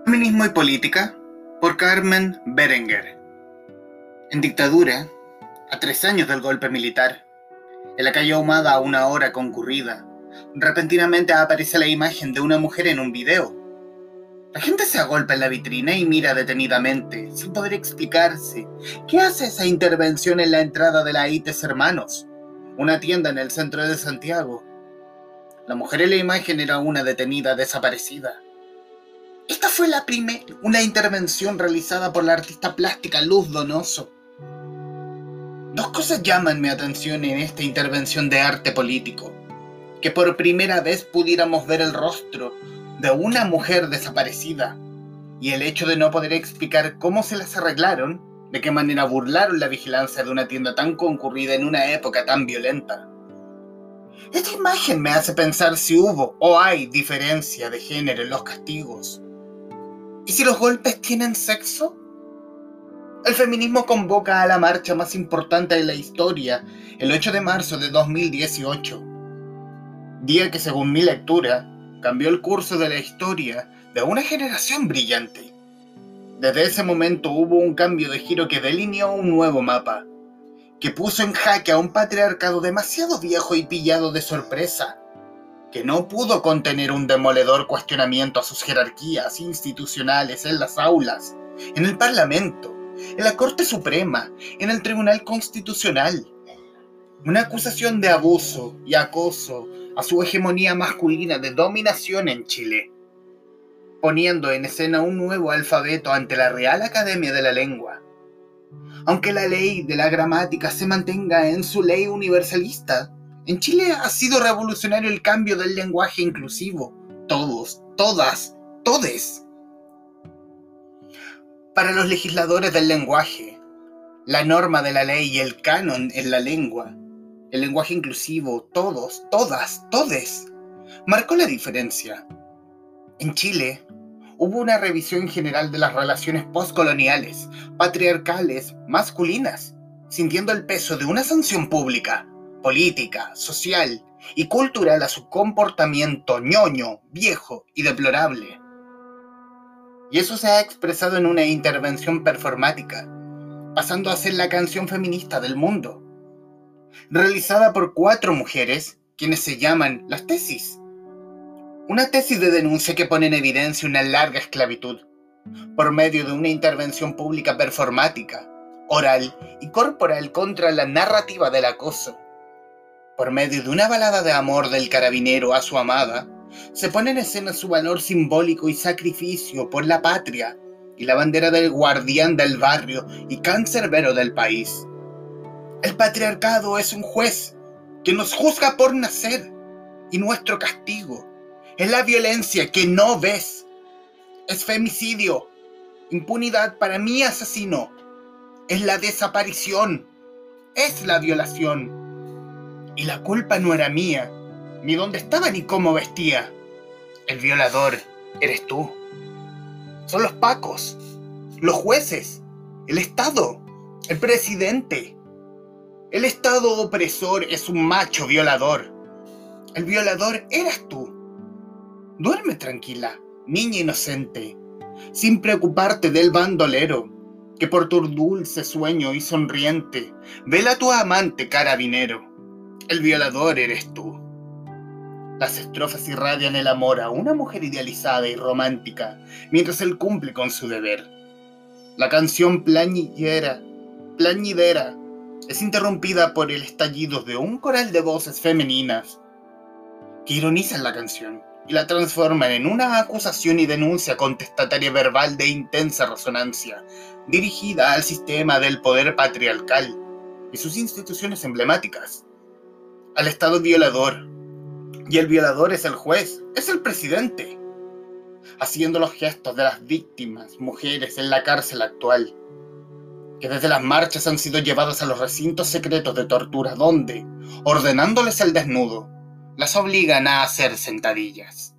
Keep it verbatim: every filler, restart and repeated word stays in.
Feminismo y política, por Carmen Berenguer. En dictadura, a tres años del golpe militar, en la calle Ahumada a una hora concurrida, repentinamente aparece la imagen de una mujer en un video. La gente se agolpa en la vitrina y mira detenidamente, sin poder explicarse, ¿qué hace esa intervención en la entrada de la I T E S Hermanos, una tienda en el centro de Santiago? La mujer en la imagen era una detenida desaparecida. Esta fue la primera, una intervención realizada por la artista plástica Luz Donoso. Dos cosas llaman mi atención en esta intervención de arte político: que por primera vez pudiéramos ver el rostro de una mujer desaparecida, y el hecho de no poder explicar cómo se las arreglaron, de qué manera burlaron la vigilancia de una tienda tan concurrida en una época tan violenta. Esta imagen me hace pensar si hubo o hay diferencia de género en los castigos. ¿Y si los golpes tienen sexo? El feminismo convoca a la marcha más importante de la historia el ocho de marzo de dos mil dieciocho, día que, según mi lectura, cambió el curso de la historia de una generación brillante. Desde ese momento hubo un cambio de giro que delineó un nuevo mapa, que puso en jaque a un patriarcado demasiado viejo y pillado de sorpresa, que no pudo contener un demoledor cuestionamiento a sus jerarquías institucionales en las aulas, en el Parlamento, en la Corte Suprema, en el Tribunal Constitucional. Una acusación de abuso y acoso a su hegemonía masculina de dominación en Chile, poniendo en escena un nuevo alfabeto ante la Real Academia de la Lengua. Aunque la ley de la gramática se mantenga en su ley universalista, en Chile ha sido revolucionario el cambio del lenguaje inclusivo. Todos, todas, todes. Para los legisladores del lenguaje, la norma de la ley y el canon en la lengua, el lenguaje inclusivo, todos, todas, todes, marcó la diferencia. En Chile hubo una revisión general de las relaciones postcoloniales, patriarcales, masculinas, sintiendo el peso de una sanción pública, política, social y cultural a su comportamiento ñoño, viejo y deplorable. Y eso se ha expresado en una intervención performática, pasando a ser la canción feminista del mundo, realizada por cuatro mujeres, quienes se llaman las tesis. Una tesis de denuncia que pone en evidencia una larga esclavitud, por medio de una intervención pública performática, oral y corporal contra la narrativa del acoso. Por medio de una balada de amor del carabinero a su amada, se pone en escena su valor simbólico y sacrificio por la patria y la bandera del guardián del barrio y cancerbero del país. El patriarcado es un juez que nos juzga por nacer, y nuestro castigo es la violencia que no ves. Es femicidio, impunidad para mi asesino, es la desaparición, es la violación. Y la culpa no era mía, ni dónde estaba ni cómo vestía. El violador eres tú. Son los pacos, los jueces, el Estado, el presidente. El Estado opresor es un macho violador. El violador eras tú. Duerme tranquila, niña inocente, sin preocuparte del bandolero, que por tu dulce sueño y sonriente vela a tu amante carabinero. El violador eres tú. Las estrofas irradian el amor a una mujer idealizada y romántica, mientras él cumple con su deber. La canción plañidera, plañidera, es interrumpida por el estallido de un coral de voces femeninas que ironizan la canción y la transforman en una acusación y denuncia contestataria verbal de intensa resonancia, dirigida al sistema del poder patriarcal y sus instituciones emblemáticas, al Estado violador. Y el violador es el juez, es el presidente, haciendo los gestos de las víctimas, mujeres en la cárcel actual, que desde las marchas han sido llevadas a los recintos secretos de tortura donde, ordenándoles el desnudo, las obligan a hacer sentadillas.